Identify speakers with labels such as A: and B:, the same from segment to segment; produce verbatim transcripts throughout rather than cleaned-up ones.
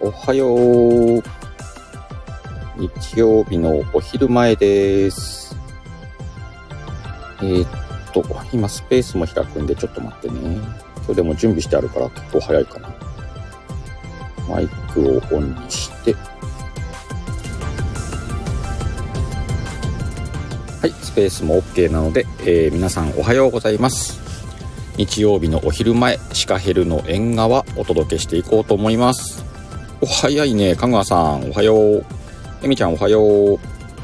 A: おはよう。日曜日のお昼前です。えー、っと、今スペースも開くんでちょっと待ってね。今日でも準備してあるから結構早いかな。マイクをオンにして。はい、スペースも OK なので、えー、皆さんおはようございます。日曜日のお昼前、シカヘルの縁側お届けしていこうと思います。お早いね、香川さんおはよう。えみちゃんおはよう。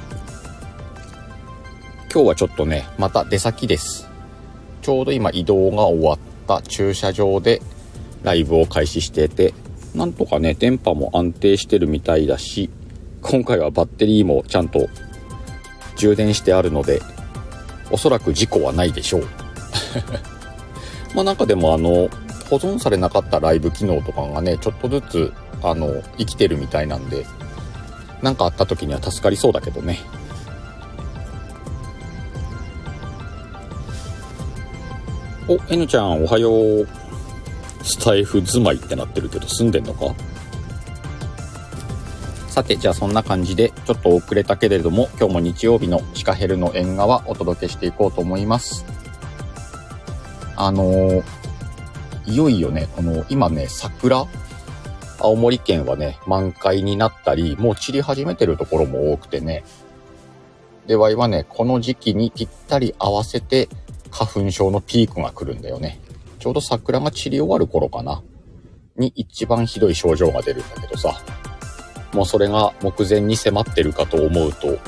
A: 今日はちょっとね、また出先です。ちょうど今移動が終わった駐車場でライブを開始してて、なんとかね電波も安定してるみたいだし、今回はバッテリーもちゃんと充電してあるので、おそらく事故はないでしょう。まあなんかでもあの保存されなかったライブ機能とかがね、ちょっとずつあの生きてるみたいなんで、なんかあった時には助かりそうだけどね。お、N ちゃんおはよう。スタイフ住まいってなってるけど住んでんのか。さて、じゃあそんな感じでちょっと遅れたけれども、今日も日曜日のシカヘルの縁側お届けしていこうと思います。あのー、いよいよね、この今ね桜、青森県はね満開になったり、もう散り始めてるところも多くてね。で、わいはねこの時期にぴったり合わせて花粉症のピークが来るんだよね。ちょうど桜が散り終わる頃かなに一番ひどい症状が出るんだけどさ、もうそれが目前に迫ってるかと思うと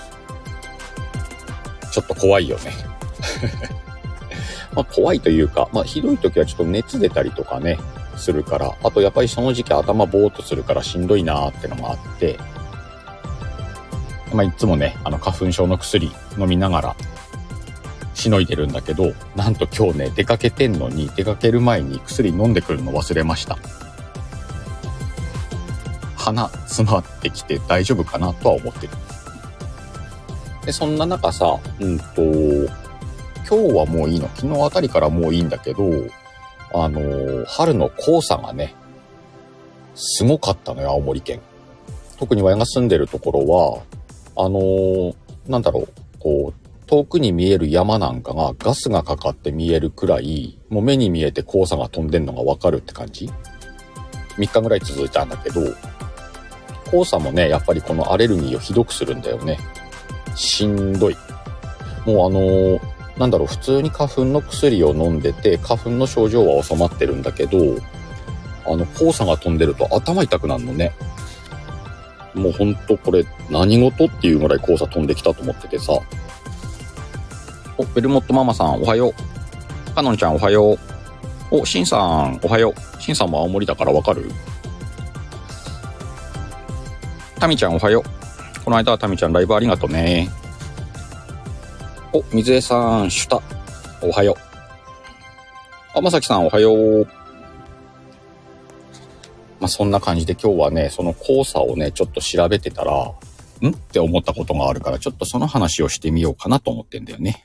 A: ちょっと怖いよね。まあ怖いというか、まあひどい時はちょっと熱出たりとかねするから、あとやっぱりその時期頭ボーっとするからしんどいなーってのがあって、まあいつもねあの花粉症の薬飲みながらしのいでるんだけど、なんと今日ね出かけてんのに、出かける前に薬飲んでくるの忘れました。鼻詰まってきて大丈夫かなとは思ってる。でそんな中さ、うんと今日はもういいの、昨日あたりからもういいんだけど、あのー、春の黄砂がねすごかったのよ、青森県。特に我が住んでるところはあのー、なんだろう、こう遠くに見える山なんかがガスがかかって見えるくらい、もう目に見えて黄砂が飛んでんのがわかるって感じ。みっかぐらい続いたんだけど、黄砂もねやっぱりこのアレルギーをひどくするんだよね。しんどい。もうあのー、なんだろう、普通に花粉の薬を飲んでて花粉の症状は収まってるんだけど、あの黄砂が飛んでると頭痛くなるのね。もうほんとこれ何事っていうぐらい黄砂飛んできたと思っててさ。お、ベルモットママさんおはよう。カノンちゃんおはよう。お、シンさんおはよう。シンさんも青森だからわかる？タミちゃんおはよう。この間はタミちゃんライブありがとうね。お、水江さん、シュタ、おはよう。あ、まさきさん、おはよう。まあ、そんな感じで今日はね、その黄砂をね、ちょっと調べてたら、んって思ったことがあるから、ちょっとその話をしてみようかなと思ってんだよね。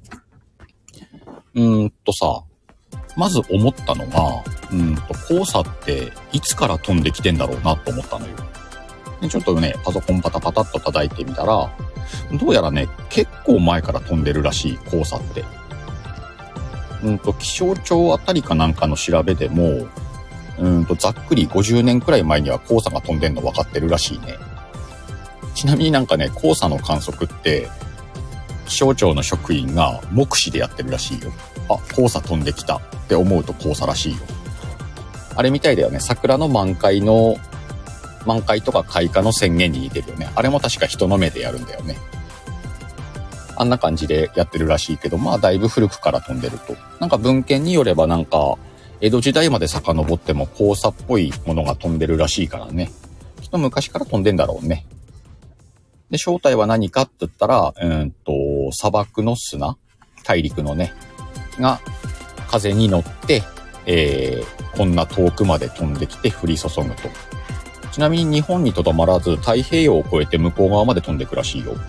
A: うーんとさ、まず思ったのが、うーんと、黄砂っていつから飛んできてんだろうなと思ったのよ。でちょっとね、パソコンパタパタっと叩いてみたら、どうやらね、結構前から飛んでるらしい、黄砂って。うんと、気象庁あたりかなんかの調べでも、うんと、ざっくりごじゅうねんくらい前には黄砂が飛んでんの分かってるらしいね。ちなみになんかね、黄砂の観測って、気象庁の職員が目視でやってるらしいよ。あ、黄砂飛んできたって思うと黄砂らしいよ。あれみたいだよね、桜の満開の、満開とか開花の宣言に似てるよね。あれも確か人の目でやるんだよね。あんな感じでやってるらしいけど、まあだいぶ古くから飛んでると。なんか文献によればなんか江戸時代まで遡っても黄砂っぽいものが飛んでるらしいからね。きっと昔から飛んでんだろうね。で、正体は何かって言ったら、うんと砂漠の砂、大陸のねが風に乗って、えー、こんな遠くまで飛んできて降り注ぐと。ちなみに日本にとどまらず太平洋を越えて向こう側まで飛んでくらしいよ。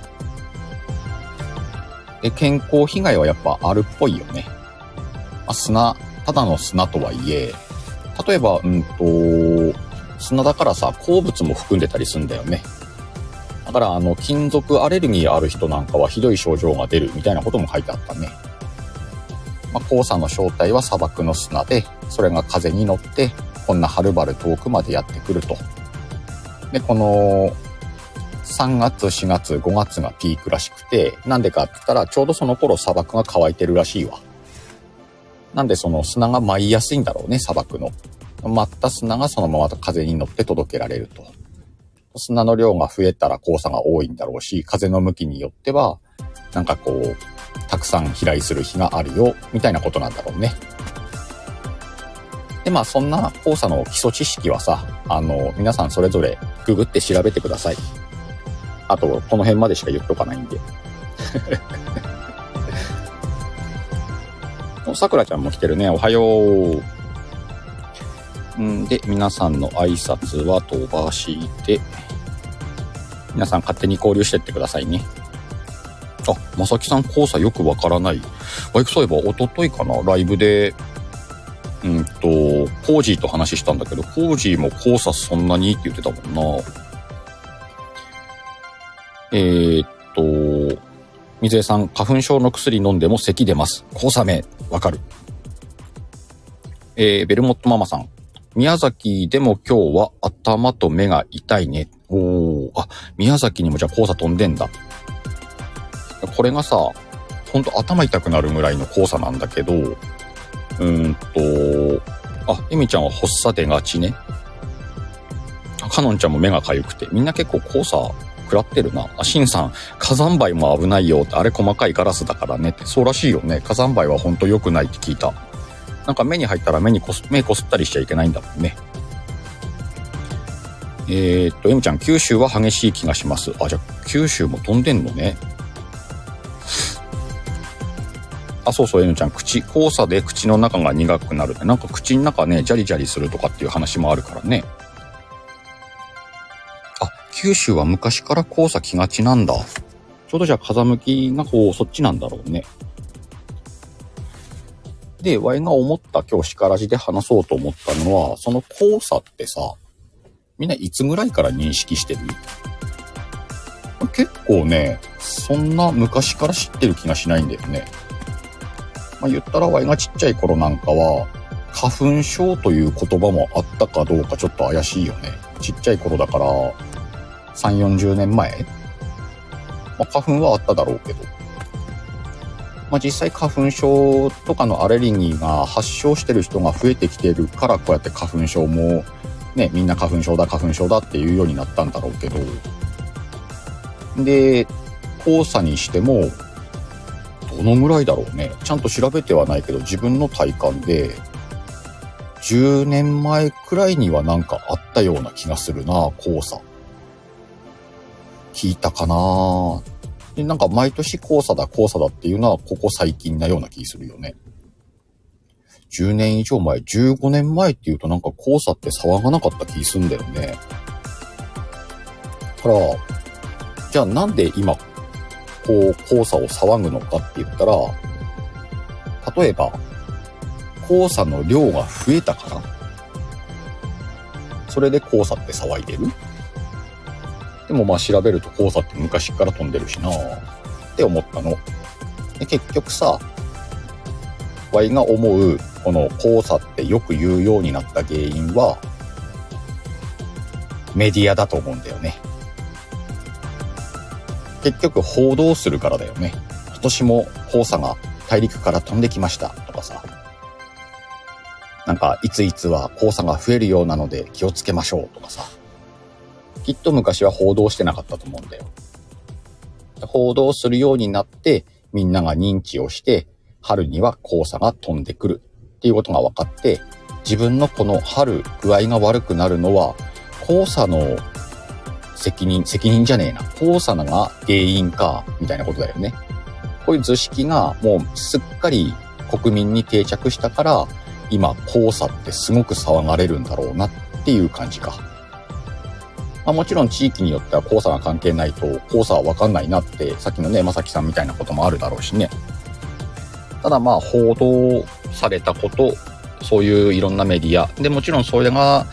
A: で、健康被害はやっぱあるっぽいよね。まあ、砂、ただの砂とはいえ、例えば、うんと、 砂だからさ、鉱物も含んでたりするんだよね。だからあの金属アレルギーある人なんかはひどい症状が出るみたいなことも書いてあったね。まあ、黄砂の正体は砂漠の砂で、それが風に乗ってこんなはるばる遠くまでやってくると。で、このさんがつ、しがつ、ごがつがピークらしくて、なんでかって言ったらちょうどその頃砂漠が乾いてるらしいわ。なんでその砂が舞いやすいんだろうね、砂漠の。舞った砂がそのまま風に乗って届けられると。砂の量が増えたら黄砂が多いんだろうし、風の向きによっては、なんかこう、たくさん飛来する日があるよ、みたいなことなんだろうね。で、まあそんな黄砂の基礎知識はさ、あの、皆さんそれぞれググって調べてください。あと、この辺までしか言っとかないんで。さくらちゃんも来てるね。おはよう。んで、皆さんの挨拶は飛ばして、皆さん勝手に交流してってくださいね。あ、まさきさん黄砂よくわからない。あ、そういえば一昨日かな、ライブで、うんと、コージーと話したんだけど、コージーも黄砂そんなにって言ってたもんな。えーっと、水江さん、花粉症の薬飲んでも咳出ます。黄砂め、わかる。えー、ベルモットママさん。宮崎でも今日は頭と目が痛いね。おー、あ、宮崎にもじゃあ黄砂飛んでんだ。これがさ、ほんと頭痛くなるぐらいの黄砂なんだけど、うーんと、あ、エミちゃんは発作出がちね。かのんちゃんも目が痒くて、みんな結構黄砂食らってるな。あ、しんさん、火山灰も危ないよって、あれ細かいガラスだからねって、そうらしいよね。火山灰はほんと良くないって聞いた。なんか目に入ったら目にこす、目こすったりしちゃいけないんだもんね。えーっと、エムちゃん、九州は激しい気がします。あ、じゃあ、九州も飛んでんのね。あ、そうそう、エムちゃん、口、黄砂で口の中が苦くなるって、なんか口の中ね、ジャリジャリするとかっていう話もあるからね。あ、九州は昔から黄砂来がちなんだ。ちょうどじゃあ風向きがこう、そっちなんだろうね。で、ワイが思った今日しからじで話そうと思ったのは、その黄砂ってさ、みんないつぐらいから認識してる？結構ね、そんな昔から知ってる気がしないんだよね。まあ言ったらワイがちっちゃい頃なんかは、花粉症という言葉もあったかどうかちょっと怪しいよね。ちっちゃい頃だから、さん、よんじゅうねんまえ？まあ花粉はあっただろうけど。まあ、実際花粉症とかのアレルギーが発症してる人が増えてきてるからこうやって花粉症もね、みんな花粉症だ花粉症だっていうようになったんだろうけど、で、黄砂にしてもどのぐらいだろうね。ちゃんと調べてはないけど自分の体感でじゅうねんまえくらいにはなんかあったような気がするな、黄砂。聞いたかな。で、なんか毎年黄砂だ黄砂だっていうのはここ最近なような気するよね。じゅうねん以上前、じゅうごねんまえっていうとなんか黄砂って騒がなかった気すんだよね。だから、じゃあなんで今、こう黄砂を騒ぐのかって言ったら、例えば、黄砂の量が増えたから、それで黄砂って騒いでる？でもまあ調べると黄砂って昔から飛んでるしなって思ったの。で結局さ、ワイが思うこの黄砂ってよく言うようになった原因はメディアだと思うんだよね。結局報道するからだよね。今年も黄砂が大陸から飛んできましたとかさ、なんかいついつは黄砂が増えるようなので気をつけましょうとかさ、きっと昔は報道してなかったと思うんだよ。報道するようになってみんなが認知をして春には黄砂が飛んでくるっていうことが分かって、自分のこの春具合が悪くなるのは黄砂の責任、責任じゃねえな。黄砂が原因かみたいなことだよね。こういう図式がもうすっかり国民に定着したから今黄砂ってすごく騒がれるんだろうなっていう感じか。まあ、もちろん地域によっては黄砂が関係ないと黄砂は分かんないなってさっきのねまさきさんみたいなこともあるだろうしね。ただまあ報道されたこと、そういういろんなメディアでもちろんそれが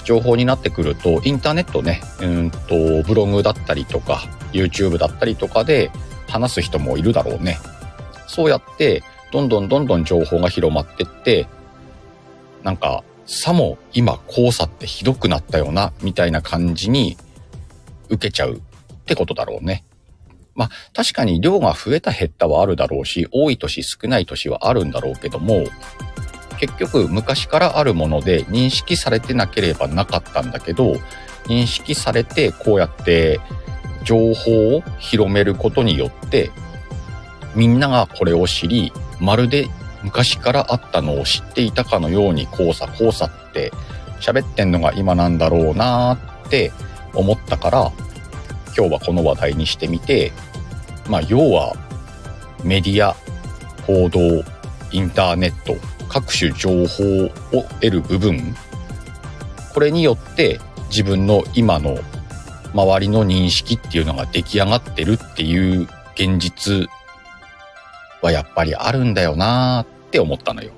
A: 情報になってくると、インターネットね、うんと、ブログだったりとか、YouTube だったりとかで話す人もいるだろうね。そうやって、どんどんどんどん情報が広まってって、なんか、さも今黄砂ってひどくなったよな、みたいな感じに受けちゃうってことだろうね。まあ、確かに量が増えた減ったはあるだろうし、多い年少ない年はあるんだろうけども、結局昔からあるもので認識されてなければなかったんだけど、認識されてこうやって情報を広めることによって、みんながこれを知り、まるで昔からあったのを知っていたかのように黄砂黄砂って喋ってんのが今なんだろうなーって思ったから、今日はこの話題にしてみて、まあ要はメディア、報道、インターネット、各種情報を得る部分、これによって自分の今の周りの認識っていうのが出来上がってるっていう現実はやっぱりあるんだよなーって思ったのよ。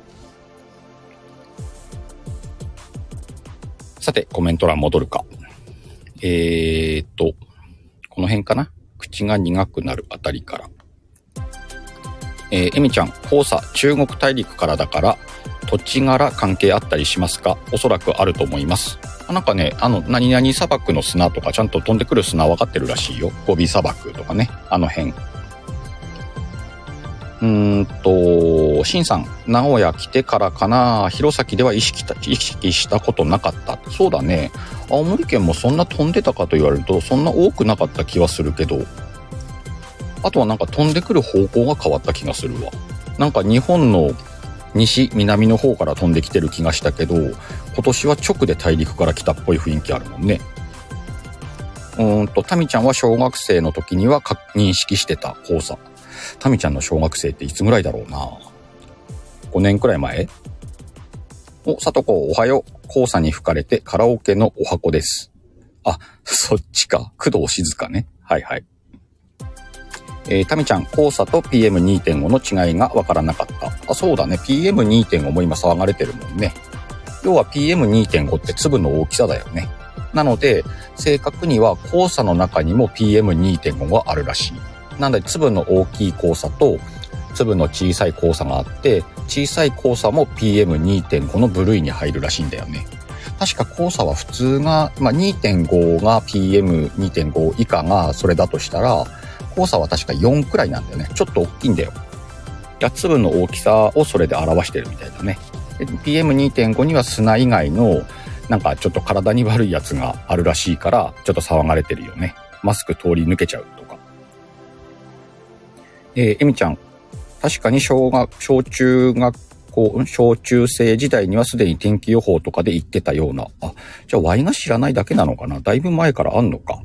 A: さて、コメント欄戻るか。えーっと、この辺かな。口が苦くなるあたりから。えー、エミちゃん、黄砂、中国大陸からだから、土地柄関係あったりしますか？おそらくあると思います。なんかね、あの、何々砂漠の砂とかちゃんと飛んでくる砂分かってるらしいよ。ゴビ砂漠とかね、あの辺。うーんと、シンさん、名古屋来てからかな、弘前では意識た、意識したことなかった。そうだね。青森県もそんな飛んでたかと言われると、そんな多くなかった気はするけど、あとはなんか飛んでくる方向が変わった気がするわ。なんか日本の西、南の方から飛んできてる気がしたけど、今年は直で大陸から来たっぽい雰囲気あるもんね。うーんと、タミちゃんは小学生の時には認識してた黄砂。タミちゃんの小学生っていつぐらいだろうな。ごねんくらい前？お、さとこおはよう。黄砂に吹かれてカラオケのお箱です。あ、そっちか。工藤静香ね。はいはい。えー、タミちゃん、黄砂と ピーエムにてんご の違いがわからなかった。あ、そうだね。ピーエムにてんご も今騒がれてるもんね。要は ピーエムにてんご って粒の大きさだよね。なので、正確には黄砂の中にも ピーエムにてんご があるらしい。なので、粒の大きい黄砂と粒の小さい黄砂があって、小さい黄砂も ピーエムにてんご の部類に入るらしいんだよね。確か黄砂は普通が、まあ、にてんご が ピーエムにてんご 以下がそれだとしたら、黄砂は確かよんくらいなんだよね。ちょっと大きいんだよ。や粒の大きさをそれで表してるみたいだね。で ピーエムにてんご には砂以外のなんかちょっと体に悪いやつがあるらしいから、ちょっと騒がれてるよね。マスク通り抜けちゃうとか。えー、エミちゃん、確かに小学、小中学校、小中生時代にはすでに天気予報とかで言ってたような。あ、じゃあ Y が知らないだけなのかな。だいぶ前からあんのか。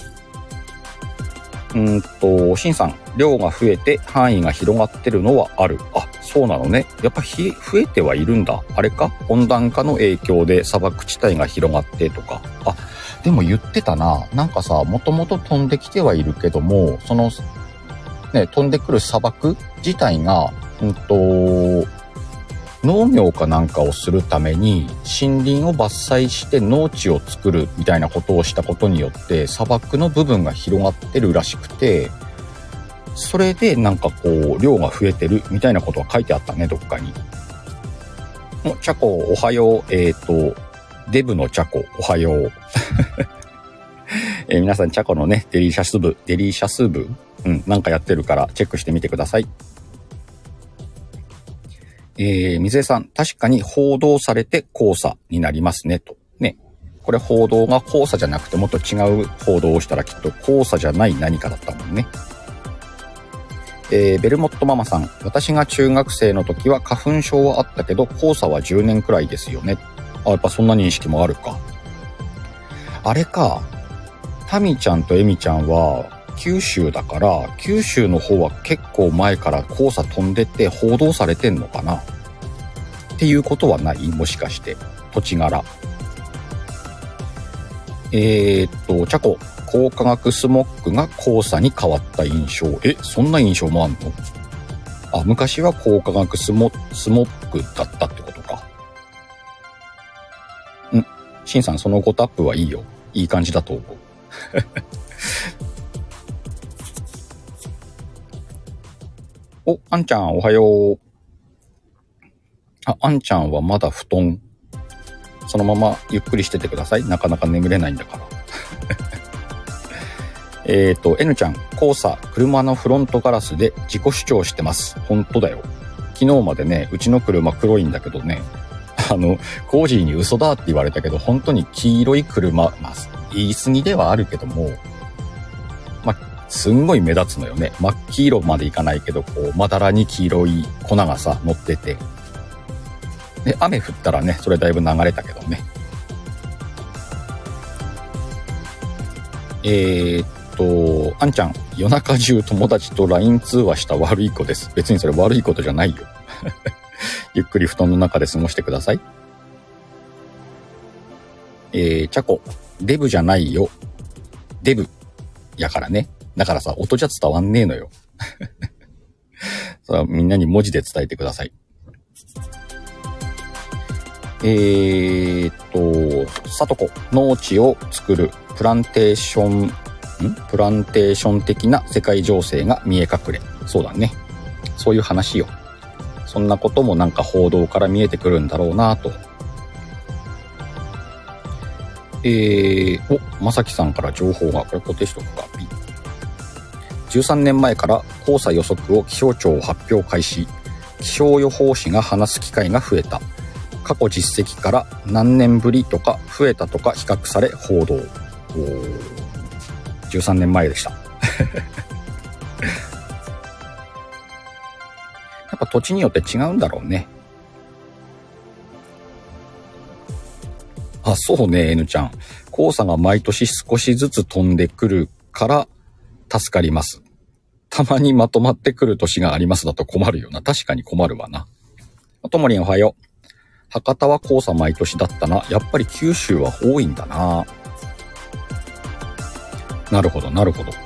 A: うんと、シンさん、量が増えて範囲が広がってるのはある。あ、そうなのね。やっぱひ増えてはいるんだ。あれか？温暖化の影響で砂漠地帯が広がってとか。あ、でも言ってたな。なんかさ、もともと飛んできてはいるけども、その、ね、飛んでくる砂漠自体が、うんと、農業かなんかをするために森林を伐採して農地を作るみたいなことをしたことによって砂漠の部分が広がってるらしくて、それでなんかこう量が増えてるみたいなことは書いてあったね、どっかに。お、チャコおはよう。えっと、デブのチャコおはよう。えー、皆さんチャコのね、デリシャス部、デリシャス部、うん、なんかやってるからチェックしてみてください。えー、水江さん、確かに報道されて黄砂になりますね、と。ね。これ報道が黄砂じゃなくてもっと違う報道をしたらきっと黄砂じゃない何かだったもんね。えー、ベルモットママさん、私が中学生の時は花粉症はあったけど黄砂はじゅうねんくらいですよね。あ、やっぱそんな認識もあるか。あれか。タミちゃんとエミちゃんは九州だから、九州の方は結構前から黄砂飛んでて報道されてんのかなっていうことはない？もしかして。土地柄。えー、っと、チャコ、光化学スモッグが黄砂に変わった印象。え、そんな印象もあんの？あ、昔は光化学スモ、スモッグだったってことか。んシンさん、そのごタップはいいよ。いい感じだと思う。お、あんちゃん、おはよう。あ、あんちゃんはまだ布団。そのままゆっくりしててください。なかなか眠れないんだから。えっと、N ちゃん、黄砂、車のフロントガラスで自己主張してます。本当だよ。昨日までね、うちの車黒いんだけどね、あの、コージーに嘘だって言われたけど、本当に黄色い車、まあ、言い過ぎではあるけども、まあ、すんごい目立つのよね。真っ黄色までいかないけど、こう、まだらに黄色い粉がさ、乗ってて。で、雨降ったらね、それだいぶ流れたけどね。えーっと、あんちゃん、夜中中友達と ライン 通話した悪い子です。別にそれ悪いことじゃないよ。ゆっくり布団の中で過ごしてください。えー、チャコ、デブじゃないよ。デブ。やからね。だからさ、音じゃ伝わんねえのよ。それはみんなに文字で伝えてください。えーっと、さとこ、農地を作るプランテーション、んプランテーション的な世界情勢が見え隠れ。そうだね。そういう話よ。そんなこともなんか報道から見えてくるんだろうなと。えー、お、まさきさんから情報が、これ固定しとくか。じゅうさんねんまえから黄砂予測を気象庁発表開始。気象予報士が話す機会が増えた。過去実績から何年ぶりとか増えたとか比較され報道。じゅうさんねんまえでした。やっぱ土地によって違うんだろうね。あ、そうね、N ちゃん。黄砂が毎年少しずつ飛んでくるから助かります。たまにまとまってくる年がありますだと困るよな。確かに困るわな。ともりんおはよう。博多は黄砂毎年だったな。やっぱり九州は多いんだな。なるほど、なるほど。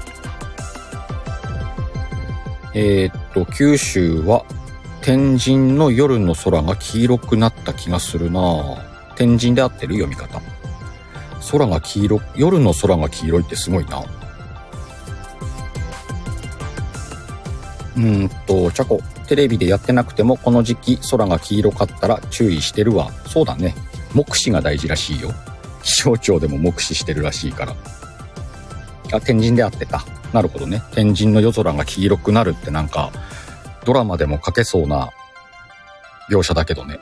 A: えー、っと、九州は天神の夜の空が黄色くなった気がするな。天神で合ってる読み方。空が黄色、夜の空が黄色いってすごいな。うーんと、チャコ。テレビでやってなくてもこの時期空が黄色かったら注意してるわ。そうだね。目視が大事らしいよ。気象庁でも目視してるらしいから。あ、天神であってた。なるほどね。天神の夜空が黄色くなるってなんかドラマでも書けそうな描写だけどね。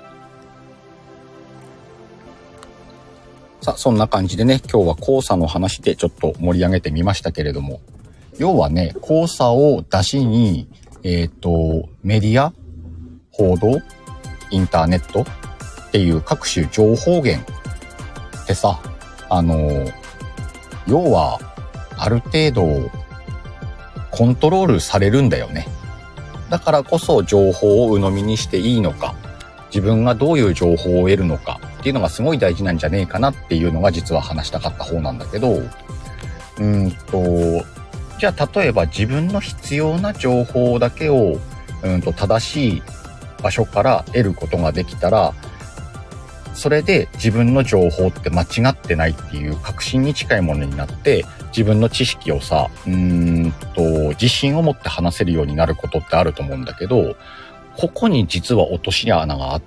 A: さあ、そんな感じでね、今日は黄砂の話でちょっと盛り上げてみましたけれども、要はね、黄砂を出しにえっと、メディア、報道、インターネットっていう各種情報源ってさ、あの、要はある程度コントロールされるんだよね。だからこそ情報を鵜呑みにしていいのか、自分がどういう情報を得るのかっていうのがすごい大事なんじゃねえかなっていうのが実は話したかった方なんだけど、うーんと、じゃあ例えば自分の必要な情報だけをうんと正しい場所から得ることができたら、それで自分の情報って間違ってないっていう確信に近いものになって、自分の知識をさ、うーんと自信を持って話せるようになることってあると思うんだけど、ここに実は落とし穴があって、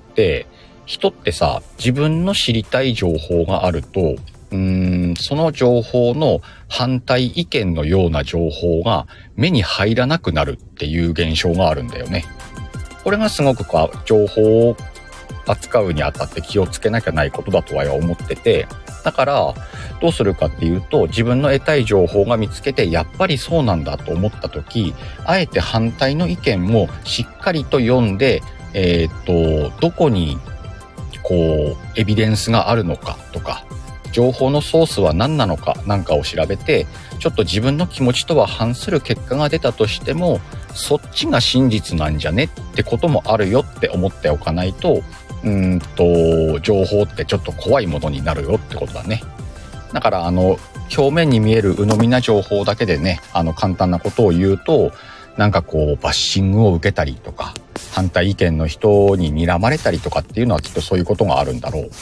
A: 人ってさ、自分の知りたい情報があると、うーんその情報の反対意見のような情報が目に入らなくなるっていう現象があるんだよね。これがすごくこう情報を扱うにあたって気をつけなきゃないことだとは思ってて、だからどうするかっていうと、自分の得たい情報が見つけてやっぱりそうなんだと思った時、あえて反対の意見もしっかりと読んで、えー、っとどこにこうエビデンスがあるのかとか、情報のソースは何なのかなんかを調べて、ちょっと自分の気持ちとは反する結果が出たとしても、そっちが真実なんじゃねってこともあるよって思っておかないと、うーんと情報ってちょっと怖いものになるよってことだね。だからあの表面に見える鵜呑みな情報だけでね、あの簡単なことを言うと、なんかこうバッシングを受けたりとか、反対意見の人に睨まれたりとかっていうのはきっとそういうことがあるんだろう。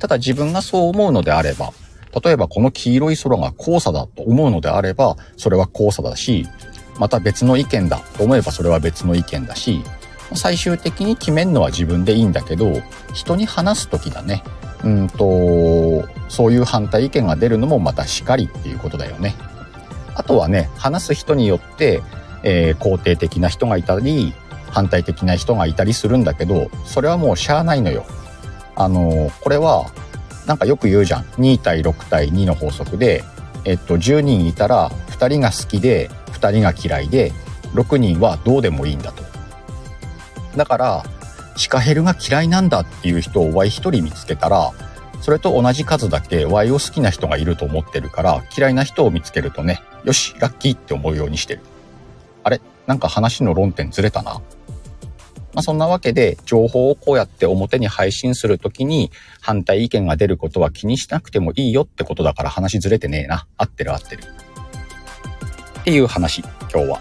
A: ただ自分がそう思うのであれば、例えばこの黄色い空が黄砂だと思うのであれば、それは黄砂だし、また別の意見だと思えばそれは別の意見だし、最終的に決めるのは自分でいいんだけど、人に話すときだね。うんと、そういう反対意見が出るのもまたしかりっていうことだよね。あとはね、話す人によって、えー、肯定的な人がいたり、反対的な人がいたりするんだけど、それはもうしゃあないのよ。あのー、これは、なんかよく言うじゃん。に対ろく対にの法則で、えっと、じゅうにんいたらふたりが好きで、ふたりが嫌いで、ろくにんはどうでもいいんだと。だから、シカヘルが嫌いなんだっていう人を ワイひとり見つけたら、それと同じ数だけ ワイ を好きな人がいると思ってるから、嫌いな人を見つけるとね、よし、ラッキーって思うようにしてる。あれ？なんか話の論点ずれたな。まあそんなわけで、情報をこうやって表に配信するときに、反対意見が出ることは気にしなくてもいいよってことだから話ずれてねえな。合ってる合ってる。っていう話、今日は。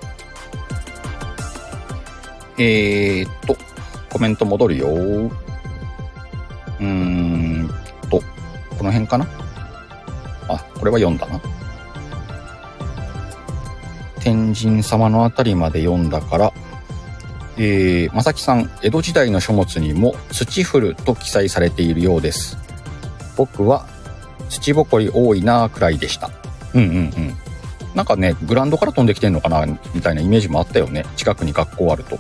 A: えーっと、コメント戻るよ。うーんと、この辺かな？あ、これは読んだな。天神様のあたりまで読んだから、えー、まさきさん、江戸時代の書物にも土降ると記載されているようです。僕は土ぼこり多いなくらいでした。うんうんうん。なんかね、グラウンドから飛んできてんのかなみたいなイメージもあったよね。近くに学校あると。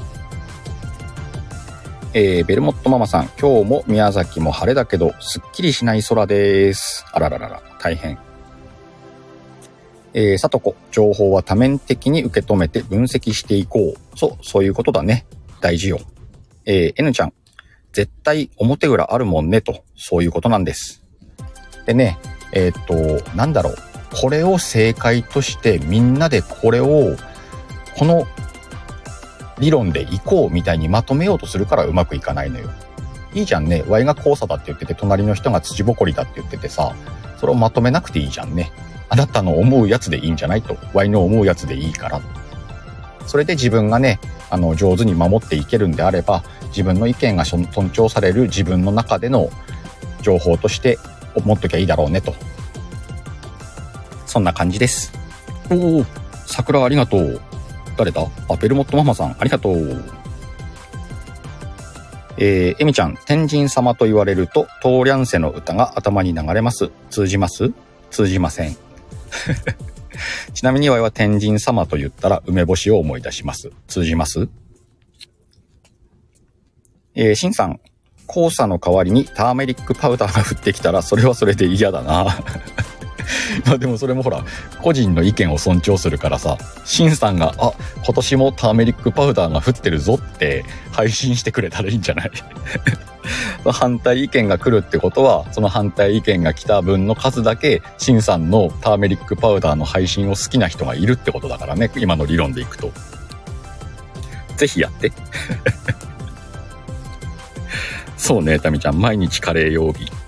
A: えー、ベルモットママさん、今日も宮崎も晴れだけど、すっきりしない空です。あらららら、大変。えー、さとこ、情報は多面的に受け止めて分析していこう。そう、そういうことだね。大事よ。えー、N ちゃん、絶対表裏あるもんねと、そういうことなんです。でね、えー、っと、なんだろう。これを正解としてみんなでこれを、この理論でいこうみたいにまとめようとするからうまくいかないのよ。いいじゃんね。Y が黄砂だって言ってて、隣の人が土ぼこりだって言っててさ、それをまとめなくていいじゃんね。あなたの思うやつでいいんじゃないと。Y の思うやつでいいから。それで自分がね、あの、上手に守っていけるんであれば、自分の意見が尊重される自分の中での情報として持っときゃいいだろうねと。そんな感じです。おお、桜ありがとう。誰だ？あ、ベルモットママさん、ありがとう。えー、エミちゃん、天神様と言われると、トーリャンセの歌が頭に流れます。通じます？通じません。ちなみに我は天神様と言ったら梅干しを思い出します。通じます？えー、シンさん、黄砂の代わりにターメリックパウダーが降ってきたらそれはそれで嫌だな。まあでもそれもほら、個人の意見を尊重するからさ、シンさんが、あ、今年もターメリックパウダーが降ってるぞって配信してくれたらいいんじゃない？反対意見が来るってことは、その反対意見が来た分の数だけ、シンさんのターメリックパウダーの配信を好きな人がいるってことだからね、今の理論でいくと。ぜひやって。そうね、タミちゃん、毎日カレー曜日。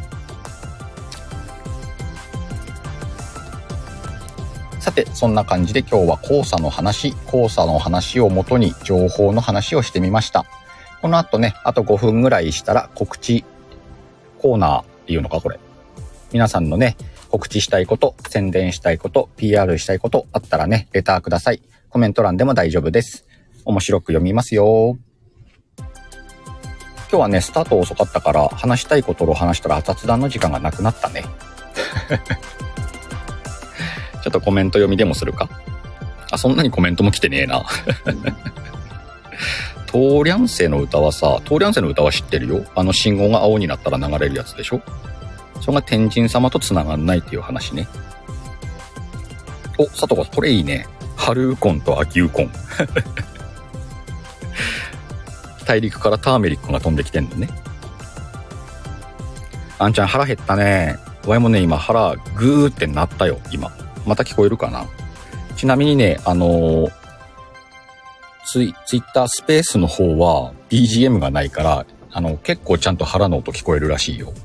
A: さて、そんな感じで今日は黄砂の話、黄砂の話をもとに情報の話をしてみました。この後ね、あとごふんぐらいしたら告知コーナーっていうのかこれ。皆さんのね、告知したいこと、宣伝したいこと、ピーアール したいことあったらね、レターください。コメント欄でも大丈夫です。面白く読みますよ。今日はね、スタート遅かったから話したいことを話したら雑談の時間がなくなったね。ちょっとコメント読みでもするか。あ、そんなにコメントも来てねえな。トーリャンセの歌はさ、トーリャンセの歌は知ってるよ。あの信号が青になったら流れるやつでしょ。それが天神様と繋がんないっていう話ね。お、さとこ、これいいね。春ウコンと秋ウコン。大陸からターメリックが飛んできてんのね。あんちゃん腹減ったね。わいもね、今腹グーってなったよ、今。また聞こえるかな。ちなみにね、あのー、ツイ、ツイッタースペースの方は ビージーエム がないから、あの、結構ちゃんと腹の音聞こえるらしいよ。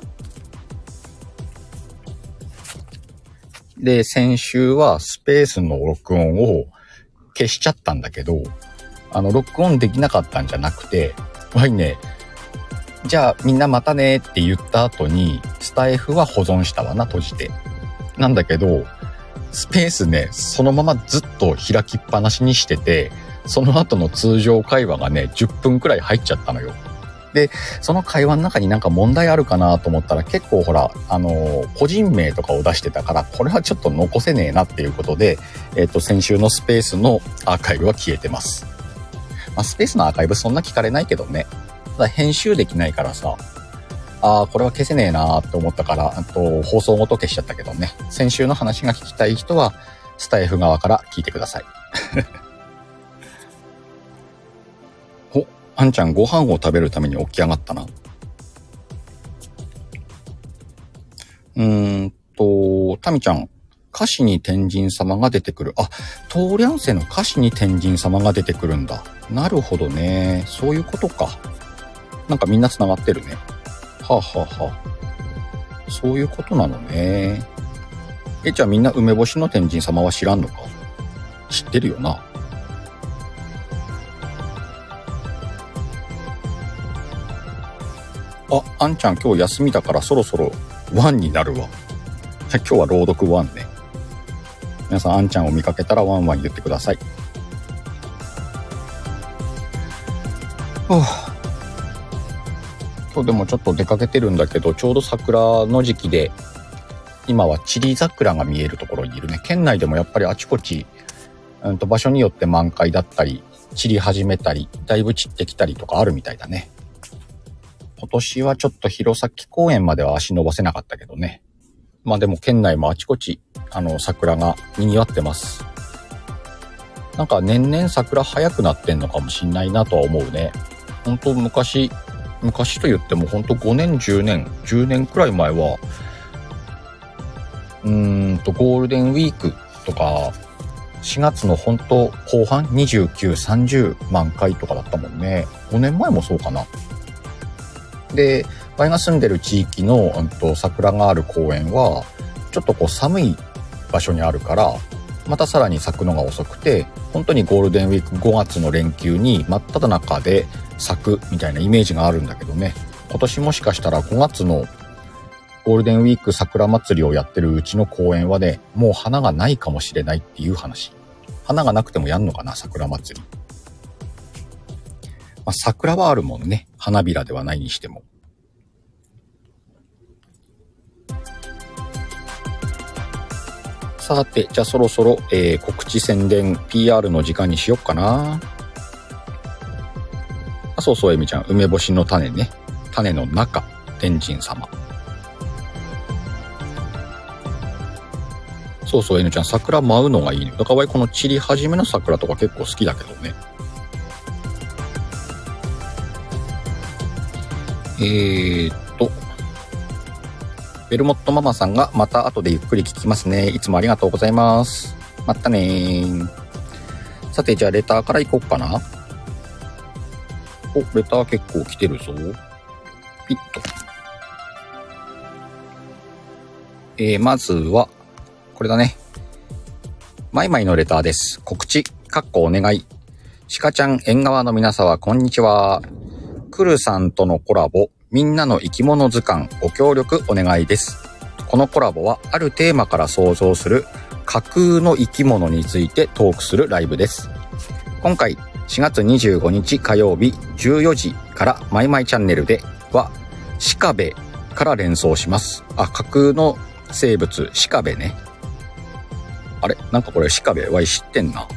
A: で、先週はスペースの録音を消しちゃったんだけど、あの、録音できなかったんじゃなくて、わいね、 じゃあみんなまたねって言った後に、スタイフは保存したわな、閉じて。なんだけど、スペースね、そのままずっと開きっぱなしにしてて、その後の通常会話がね、じゅっぷんくらい入っちゃったのよ。で、その会話の中になんか問題あるかなと思ったら、結構ほら、あのー、個人名とかを出してたから、これはちょっと残せねえなっていうことで、えっと、先週のスペースのアーカイブは消えてます。まあ、スペースのアーカイブそんな聞かれないけどね。ただ編集できないからさ、ああ、これは消せねえなーって思ったから、あと放送ごと消しちゃったけどね。先週の話が聞きたい人は、スタイフ側から聞いてください。お、あんちゃんご飯を食べるために起き上がったな。うーんと、タミちゃん、歌詞に天神様が出てくる。あ、トーリャンセの歌詞に天神様が出てくるんだ。なるほどね。そういうことか。なんかみんな繋がってるね。はあ、はあはあ、そういうことなのね。え、じゃあみんな梅干しの天神様は知らんのか？知ってるよな。あ、あんちゃん今日休みだからそろそろワンになるわ。今日は朗読ワンね。皆さんあんちゃんを見かけたらワンワン言ってください。はあ、今日でもちょっと出かけてるんだけど、ちょうど桜の時期で、今は散り桜が見えるところにいるね。県内でもやっぱりあちこち、うんと場所によって満開だったり、散り始めたり、だいぶ散ってきたりとかあるみたいだね。今年はちょっと弘前公園までは足伸ばせなかったけどね。まあでも県内もあちこち、あの桜が賑わってます。なんか年々桜早くなってんのかもしんないなとは思うね。本当昔、昔と言っても本当ごねん、じゅうねん、じゅうねんくらい前は、うーんとゴールデンウィークとかしがつの本当後半にじゅうきゅう、さんじゅう満開とかだったもんね。ごねんまえもそうかな。で、我が住んでる地域の、うん、と桜がある公園はちょっとこう寒い場所にあるからまたさらに咲くのが遅くて、本当にゴールデンウィークごがつの連休に真っ只中で咲くみたいなイメージがあるんだけどね。今年もしかしたらごがつのゴールデンウィーク桜祭りをやってるうちの公園はね、もう花がないかもしれないっていう話。花がなくてもやんのかな、桜祭り。まあ、桜はあるもんね。花びらではないにしても。さて、じゃあそろそろ、えー、告知宣伝 ピーアール の時間にしよっかな。あ、そうそう、えみちゃん、梅干しの種ね。種の中、天神様。そうそう、えみちゃん、桜舞うのがいいね。だからこの散り始めの桜とか結構好きだけどね。えーっと、ベルモットママさんがまた後でゆっくり聞きますね。いつもありがとうございます。またねー。さて、じゃあレターからいこうかな。お、レター結構来てるぞ。ピッと。えー、まずは、これだね。マイマイのレターです。告知、かっこお願い。シカちゃん縁側の皆様、こんにちは。クルさんとのコラボ、みんなの生き物図鑑、ご協力お願いです。このコラボは、あるテーマから想像する架空の生き物についてトークするライブです。今回、しがつにじゅうごにち火曜日じゅうよじからマイマイチャンネルでは、シカベから連想します。あ、架空の生物、シカベね。あれなんかこれシカベわい知ってんな。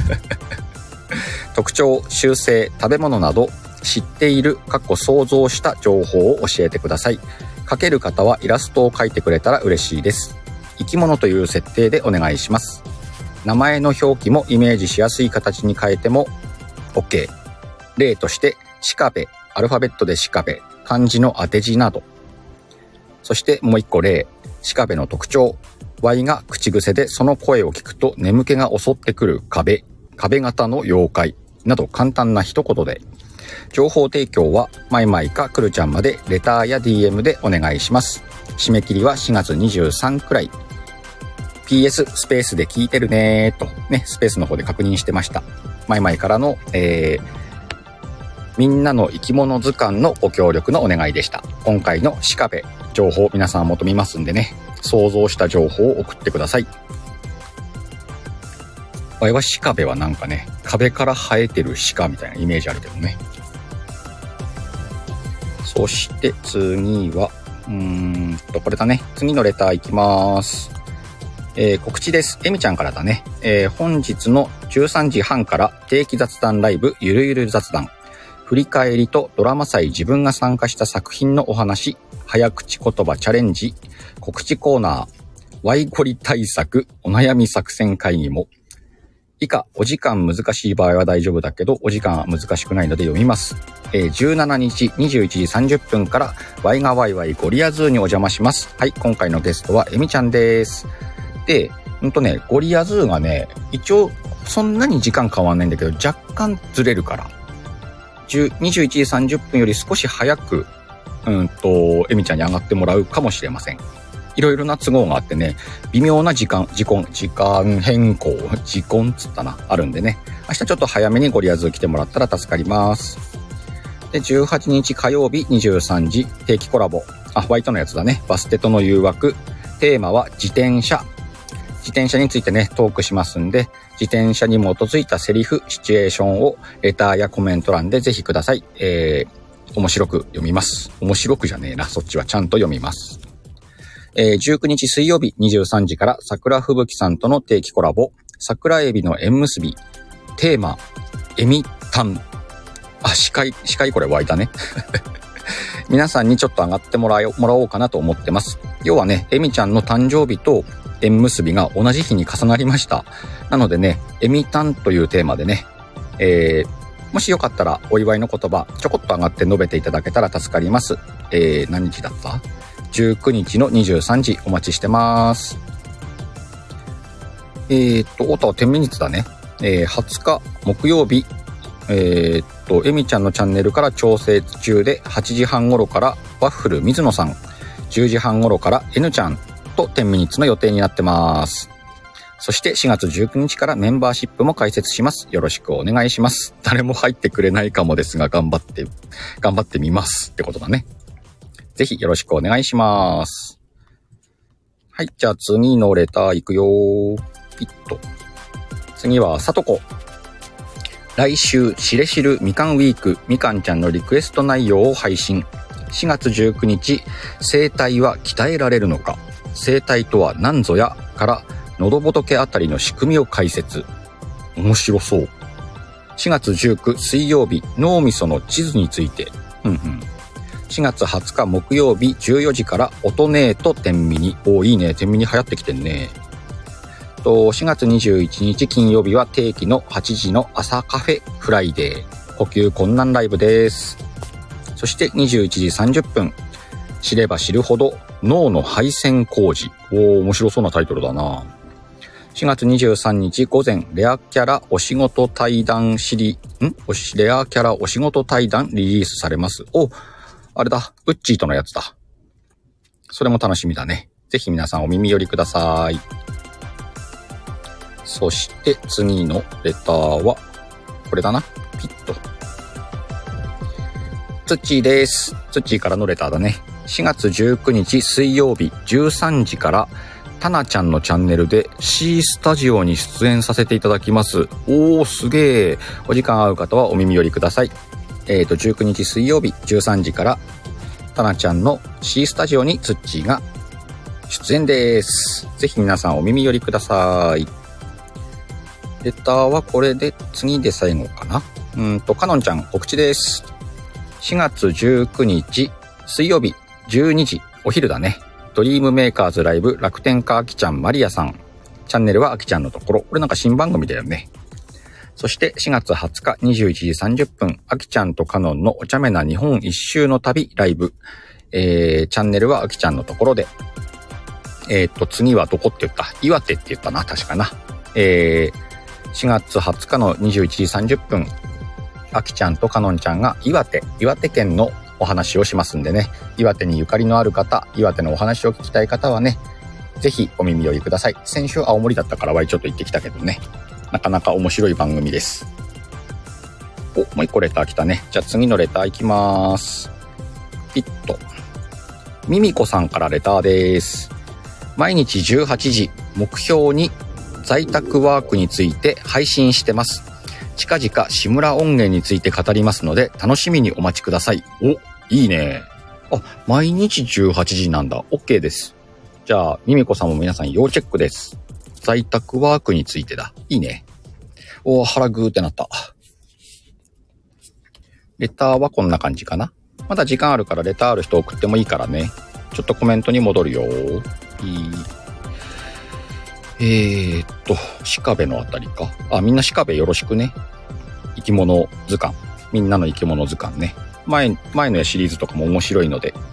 A: 特徴、習性、食べ物など知っている、かっこ想像した情報を教えてください。描ける方はイラストを描いてくれたら嬉しいです。生き物という設定でお願いします。名前の表記もイメージしやすい形に変えても OK。例として、シカベ、アルファベットでシカベ、漢字の当て字など。そしてもう一個例、シカベの特徴。Y が口癖でその声を聞くと眠気が襲ってくる壁、壁型の妖怪など簡単な一言で。情報提供はマイマイかクルちゃんまでレターや ディーエム でお願いします。締め切りはしがつにじゅうさんくらい。ピーエス スペースで聞いてるねーとね、スペースの方で確認してました。マイマイからの、えー、 みんなの生き物図鑑のご協力のお願いでした。今回の鹿部情報皆さん求めますんでね、想像した情報を送ってください。わいは鹿部はなんかね、壁から生えてる鹿みたいなイメージあるけどね。そして次は、うーんと、これだね。次のレターいきます。えー、告知です。えみちゃんからだね。えー、本日のじゅうさんじはんから定期雑談ライブゆるゆる雑談。振り返りとドラマ祭自分が参加した作品のお話、早口言葉チャレンジ、告知コーナー、ワイゴリ対策、お悩み作戦会議も。以下、お時間難しい場合は大丈夫だけど、お時間は難しくないので読みます。えー、じゅうしちにちにじゅういちじさんじゅっぷんからワイがワイワイゴリアズーにお邪魔します。はい、今回のゲストはえみちゃんです。で、うんとね、ゴリアズーがね、一応そんなに時間変わんないんだけど、若干ずれるから、にじゅういちじさんじゅっぷんより少し早く、うんと、えみちゃんに上がってもらうかもしれません。いろいろな都合があってね、微妙な時間、時間、時間変更、時間つったな、あるんでね、明日ちょっと早めにゴリアズー来てもらったら助かります。で、じゅうはちにち火曜日にじゅうさんじ、定期コラボ。あ、ホワイトのやつだね。バステとの誘惑。テーマは自転車。自転車についてね、トークしますんで、自転車に基づいたセリフ、シチュエーションをレターやコメント欄でぜひください。えー、面白く読みます。面白くじゃねえな。そっちはちゃんと読みます。えー、じゅうくにち水曜日にじゅうさんじから桜吹雪さんとの定期コラボ。桜エビの縁結び。テーマ、エミタン。あ、司会、司会これ湧いたね。皆さんにちょっと上がってもらおう、もらおうかなと思ってます。要はね、エミちゃんの誕生日と縁結びが同じ日に重なりました。なのでね、エミタンというテーマでね、えー、もしよかったらお祝いの言葉、ちょこっと上がって述べていただけたら助かります。えー、何日だった?じゅうくにちのにじゅうさんじお待ちしてます。えーっと、おたはじゅうミニッツだね。えー、はつか木曜日、えー、っと、えみちゃんのチャンネルから調整中ではちじはん頃からワッフル水野さん、じゅうじはん頃から N ちゃんとじゅうミニッツの予定になってます。そしてしがつじゅうくにちからメンバーシップも開設します。よろしくお願いします。誰も入ってくれないかもですが、頑張って、頑張ってみますってことだね。ぜひよろしくお願いします。はい、じゃあ次のレター行くよー。ピッと。次はさとこ。来週、しれしるみかんウィーク、みかんちゃんのリクエスト内容を配信。しがつじゅうくにち、声帯は鍛えられるのか、声帯とは何ぞやから喉仏あたりの仕組みを解説。面白そう。しがつじゅうく水曜日、脳みその地図について。うんうん。しがつはつか木曜日じゅうよじから音ネーと天ミニ。おー、いいね。天ミニ流行ってきてんね。と、しがつにじゅういちにち金曜日は定期のはちじの朝カフェフライデー。呼吸困難ライブです。そしてにじゅういちじさんじゅっぷん。知れば知るほど脳の配線工事。おー、面白そうなタイトルだな。しがつにじゅうさんにち午前、レアキャラお仕事対談シリ、んおし、レアキャラお仕事対談リリースされます。お、あれだ、ウッチーとのやつだ。それも楽しみだね。ぜひ皆さんお耳寄りください。そして次のレターは、これだな。ピッと。ツッチーです。ツッチーからのレターだね。しがつじゅうくにち水曜日じゅうさんじからタナちゃんのチャンネルで C スタジオに出演させていただきます。おー、すげー。お時間合う方はお耳寄りください。えーと、じゅうくにち水曜日じゅうさんじからタナちゃんの C スタジオにツッチーが出演です。ぜひ皆さんお耳寄りください。レターはこれで次で最後かな。うんと、かのんちゃん告知です。しがつじゅうくにち水曜日じゅうにじお昼だね。ドリームメーカーズライブ楽天家あきちゃんマリアさん。チャンネルはあきちゃんのところ。これなんか新番組だよね。そしてしがつはつかにじゅういちじさんじゅっぷん、あきちゃんとかのんのお茶目な日本一周の旅ライブ。えー、チャンネルはあきちゃんのところで。えーと、次はどこって言った?岩手って言ったな、確かな。えー、しがつはつかのにじゅういちじさんじゅっぷん、あきちゃんとかのんちゃんが岩手、岩手県のお話をしますんでね。岩手にゆかりのある方、岩手のお話を聞きたい方はね、ぜひお耳寄りください。先週青森だったからわいちょっと行ってきたけどね。なかなか面白い番組です。 お、もう一個レター来たね。じゃあ次のレターいきまーす。ピッと。ミミコさんからレターです。毎日じゅうはちじ、目標に在宅ワークについて配信してます。近々志村音源について語りますので、楽しみにお待ちください。お、いいね。あ、毎日じゅうはちじなんだ。OK です。じゃあ、ミミコさんも皆さん要チェックです。在宅ワークについてだ。いいね。おー、腹グーってなった。レターはこんな感じかな。まだ時間あるからレターある人送ってもいいからね。ちょっとコメントに戻るよ。いい。えーっと、鹿部のあたりか。あ、みんな鹿部よろしくね。生き物図鑑。みんなの生き物図鑑ね。前、前のシリーズとかも面白いので。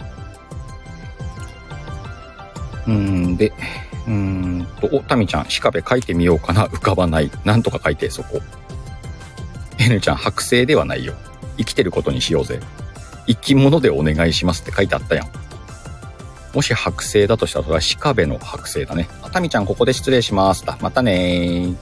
A: うーんで、うーんと、お、タミちゃん、鹿部書いてみようかな。浮かばない。なんとか書いて、そこ。N ちゃん、剥製ではないよ。生きてることにしようぜ。生き物でお願いしますって書いてあったやん。もし剥製だとしたら、それは鹿部の剥製だね。あ、タミちゃん、ここで失礼します。またねー。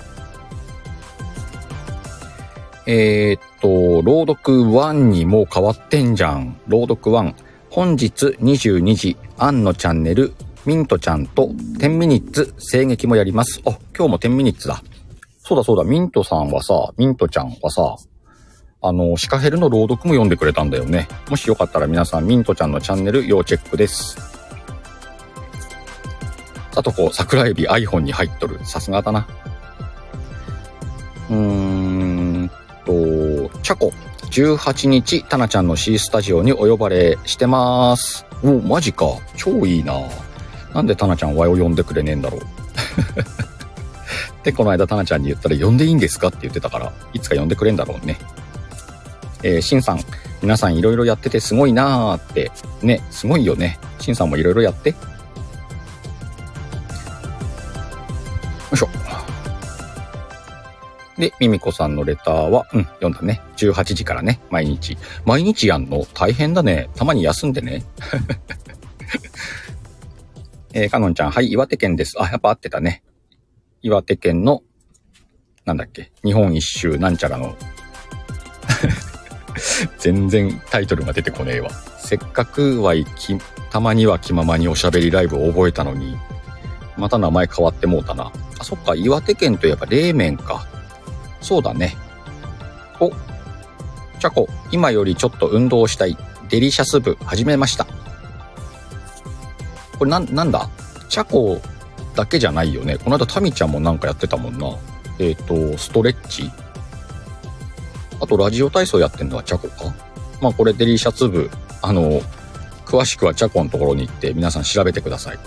A: えー、っと、朗読ワンにもう変わってんじゃん。朗読ワン。本日にじゅうにじ、アンのチャンネル、ミントちゃんとじゅうミニッツ声劇もやります。あ、今日もじゅうミニッツだ。そうだそうだ、ミントさんはさ、ミントちゃんはさ、あの、シカヘルの朗読も読んでくれたんだよね。もしよかったら皆さん、ミントちゃんのチャンネル要チェックです。さとこ、桜エビ iPhone に入っとる。さすがだな。うーんと、チャコ、じゅうはちにち、タナちゃんの C スタジオにお呼ばれしてます。お、マジか。超いいな。なんでタナちゃんワイを呼んでくれねえんだろう。で、この間タナちゃんに言ったら呼んでいいんですかって言ってたから、いつか呼んでくれんだろうね。えー、シンさん、皆さんいろいろやっててすごいなーって。ね、すごいよね。シンさんもいろいろやって。よいしょ。で、ミミコさんのレターは、うん、読んだね。じゅうはちじからね、毎日。毎日やんの？大変だね。たまに休んでね。えー、かのんちゃん、はい、岩手県です。あ、やっぱ合ってたね。岩手県の、なんだっけ、日本一周なんちゃらの、全然タイトルが出てこねえわ。せっかくはき、たまには気ままにおしゃべりライブを覚えたのに、また名前変わってもうたな。あ、そっか、岩手県といえば冷麺か。そうだね。お、チャコ、今よりちょっと運動したい。デリシャス部始めました。これなん、なんだ？チャコだけじゃないよね。この間タミちゃんもなんかやってたもんな。えっと、ストレッチ？あとラジオ体操やってんのはチャコか？まあこれデリシャス部、あの、詳しくはチャコのところに行って皆さん調べてください。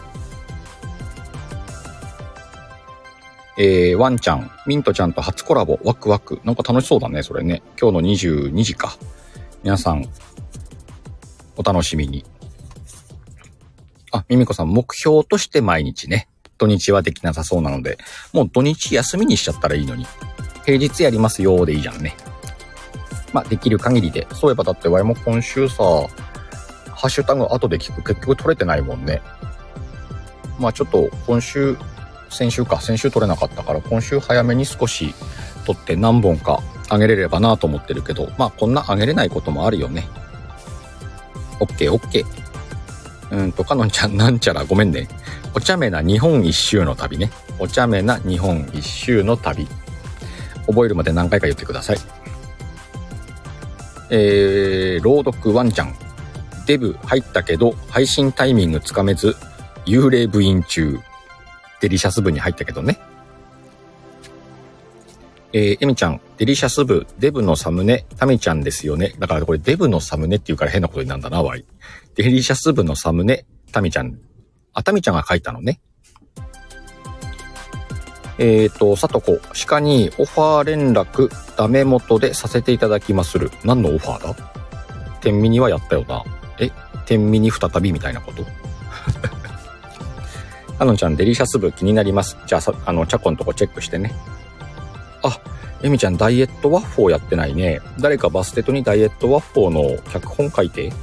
A: えー、ワンちゃん、ミントちゃんと初コラボ、ワクワク。なんか楽しそうだね、それね。今日のにじゅうにじか。皆さん、お楽しみに。あ、ミミコさん、目標として毎日ね。土日はできなさそうなので、もう土日休みにしちゃったらいいのに。平日やりますよでいいじゃんね。まあ、できる限りで。そういえばだってワイも今週さ、ハッシュタグ後で聞く結局取れてないもんね。まあちょっと今週、先週か、先週取れなかったから今週早めに少し取って何本かあげれればなと思ってるけど、まあこんなあげれないこともあるよね。オッケーオッケー。うーんと、かのんちゃんなんちゃらごめんね。お茶目な日本一周の旅ね。お茶目な日本一周の旅。覚えるまで何回か言ってください。えー、朗読ワンちゃん。デブ入ったけど配信タイミングつかめず幽霊部員中。デリシャス部に入ったけどね。えー、エミちゃん、デリシャス部、デブのサムネ、タミちゃんですよね。だからこれデブのサムネって言うから変なことになるんだな、わい。デリシャス部のサムネ、タミちゃん。あ、タミちゃんが書いたのね。えーと、さとこ、鹿にオファー連絡、ダメ元でさせていただきまする。何のオファーだ？天ミニはやったよな。え、天ミニ再びみたいなこと？かのんちゃん、デリシャス部気になります。じゃあ、さあの、チャコのとこチェックしてね。あ、エミちゃん、ダイエットワッフォーやってないね。誰かバステトにダイエットワッフォーの脚本書いて。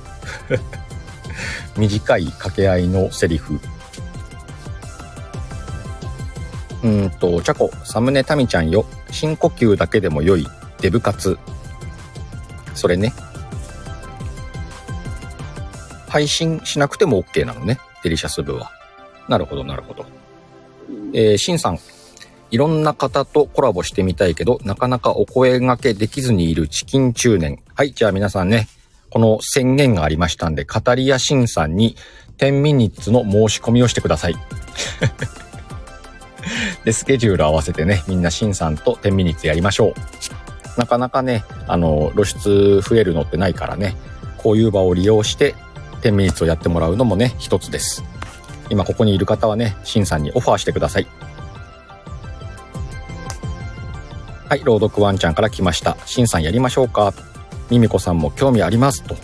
A: 短い掛け合いのセリフ。うーんと、チャコ、サムネタミちゃんよ。深呼吸だけでも良い。デブ活。 それね。配信しなくても OK なのね。デリシャス部は。なるほど、なるほど。えー、シンさん。いろんな方とコラボしてみたいけど、なかなかお声掛けできずにいるチキン中年。はい、じゃあ皆さんね、この宣言がありましたんで、カタリアシンさんにじゅうミニッツの申し込みをしてください。で、スケジュール合わせてね、みんなシンさんとじゅうミニッツやりましょう。なかなかね、あの、露出増えるのってないからね、こういう場を利用してじゅうミニッツをやってもらうのもね、一つです。今ここにいる方はね、シンさんにオファーしてください。はい、朗読ワンちゃんから来ました。シンさんやりましょうか。ミミコさんも興味ありますと。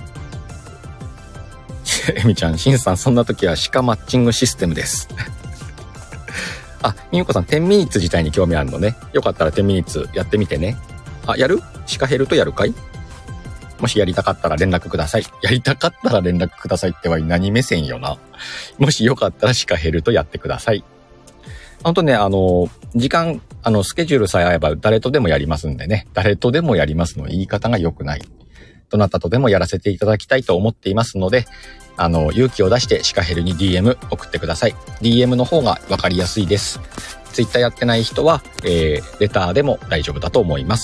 A: エミちゃん、シンさんそんな時は鹿マッチングシステムです。あ、ミミコさんじゅうミニッツ自体に興味あるのね。よかったらじゅうミニッツやってみてね。あ、やる？鹿ヘルとやるかい？もしやりたかったら連絡ください。やりたかったら連絡くださいっては何目線よな。もしよかったら鹿ヘルとやってください。ほんとね、あの、時間、あの、スケジュールさえ合えば誰とでもやりますんでね。誰とでもやりますの言い方が良くない。どなたとでもやらせていただきたいと思っていますので、あの、勇気を出してシカヘルに ディーエム 送ってください。ディーエム の方がわかりやすいです。ツイッターやってない人は、えー、レターでも大丈夫だと思います。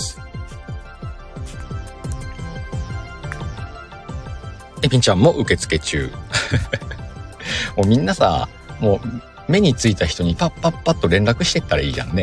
A: エピンちゃんも受付中。もうみんなさ、もう、目についた人にパッパッパッと連絡してったらいいじゃんね。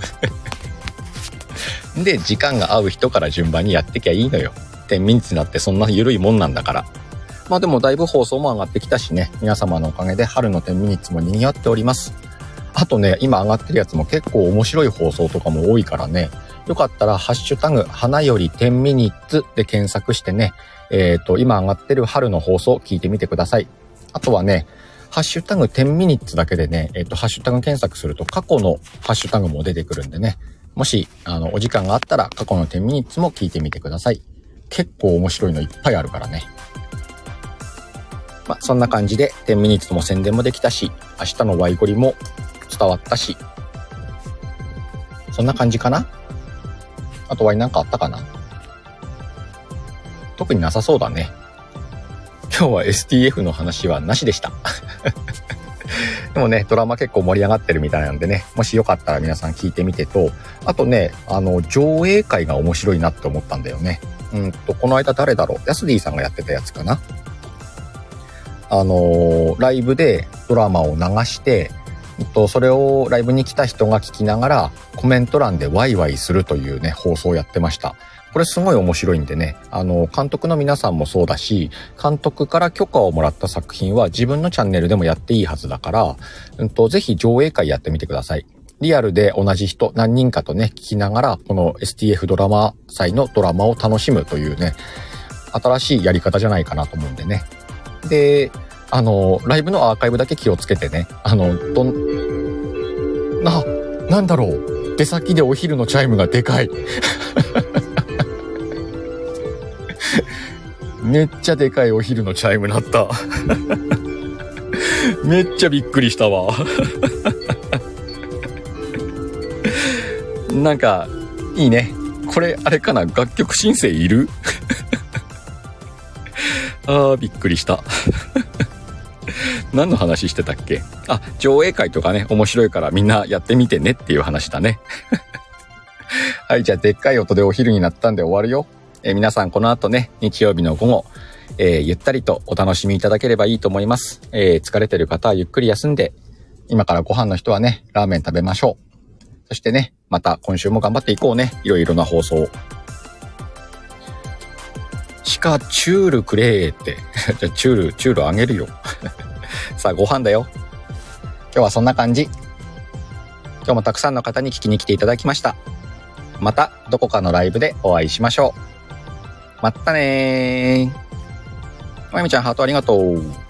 A: で、時間が合う人から順番にやってきゃいいのよ。じゅうミニッツになってそんな緩いもんなんだから。まあでもだいぶ放送も上がってきたしね、皆様のおかげで春のじゅうミニッツも賑わっております。あとね、今上がってるやつも結構面白い放送とかも多いからね、よかったらハッシュタグ花よりじゅうミニッツで検索してね、えっと、今上がってる春の放送聞いてみてください。あとはね、ハッシュタグじゅうミニッツだけでね、えっと、ハッシュタグ検索すると過去のハッシュタグも出てくるんでね、もし、あの、お時間があったら過去のじゅうミニッツも聞いてみてください。結構面白いのいっぱいあるからね。まあ、そんな感じでじゅうミニッツも宣伝もできたし、明日のワイゴリも伝わったし、そんな感じかな。あとワイなんかあったかな。特になさそうだね。今日は エスティーエフ の話はなしでした。でもね、ドラマ結構盛り上がってるみたいなんでね、もしよかったら皆さん聞いてみてと、あとね、あの、上映会が面白いなって思ったんだよね。うんと、この間誰だろう？ヤスディさんがやってたやつかな。あのー、ライブでドラマを流して、とそれをライブに来た人が聞きながらコメント欄でワイワイするというね、放送をやってました。これすごい面白いんでね、あの、監督の皆さんもそうだし、監督から許可をもらった作品は自分のチャンネルでもやっていいはずだから、うんと、ぜひ上映会やってみてください。リアルで同じ人何人かとね、聞きながら、この エスティーエフ ドラマ祭のドラマを楽しむというね、新しいやり方じゃないかなと思うんでね。で、あの、ライブのアーカイブだけ気をつけてね、あの、どん、な、なんだろう、出先でお昼のチャイムがでかい。めっちゃでかいお昼のチャイム鳴った。めっちゃびっくりしたわ。なんか、いいね。これ、あれかな、楽曲申請いる？あー、びっくりした。何の話してたっけ？あ、上映会とかね、面白いからみんなやってみてねっていう話だね。はい、じゃあでっかい音でお昼になったんで終わるよ。えー、皆さんこの後ね、日曜日の午後、えー、ゆったりとお楽しみいただければいいと思います。えー、疲れてる方はゆっくり休んで、今からご飯の人はね、ラーメン食べましょう。そしてね、また今週も頑張っていこうね。いろいろな放送。シカチュールくれーって。じゃあチュール、チュールあげるよ。さあご飯だよ。今日はそんな感じ。今日もたくさんの方に聞きに来ていただきました。またどこかのライブでお会いしましょう。まったねー。まゆみちゃんハートありがとう。